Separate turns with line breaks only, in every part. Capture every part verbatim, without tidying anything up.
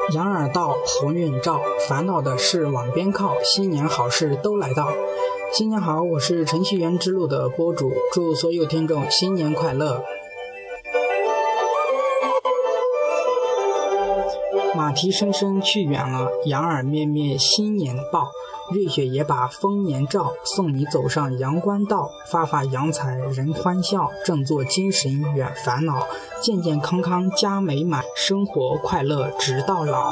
羊耳到，鸿运照，烦恼的事往边靠，新年好事都来到。新年好，我是程序员之路的播主，祝所有听众新年快乐。马蹄声声去远了，羊耳咩咩新年报，瑞雪也把丰年照，送你走上阳关道，发发洋财人欢笑，振作精神远烦恼，健健康康家美满，生活快乐直到老。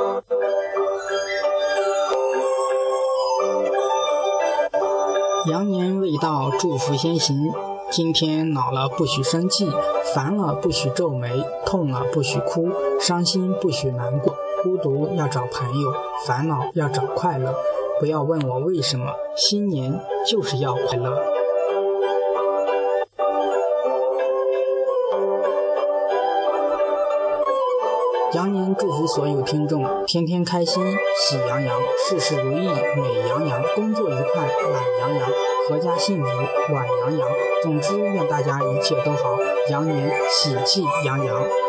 羊年未到，祝福先行。今天恼了不许生气，烦了不许皱眉，痛了不许哭，伤心不许难过，孤独要找朋友，烦恼要找快乐。不要问我为什么，新年就是要快乐。羊年祝福所有听众天天开心，喜洋洋，事事如意，美洋洋，工作愉快，懒洋洋，阖家幸福，暖洋洋。总之愿大家一切都好，羊年喜气洋洋。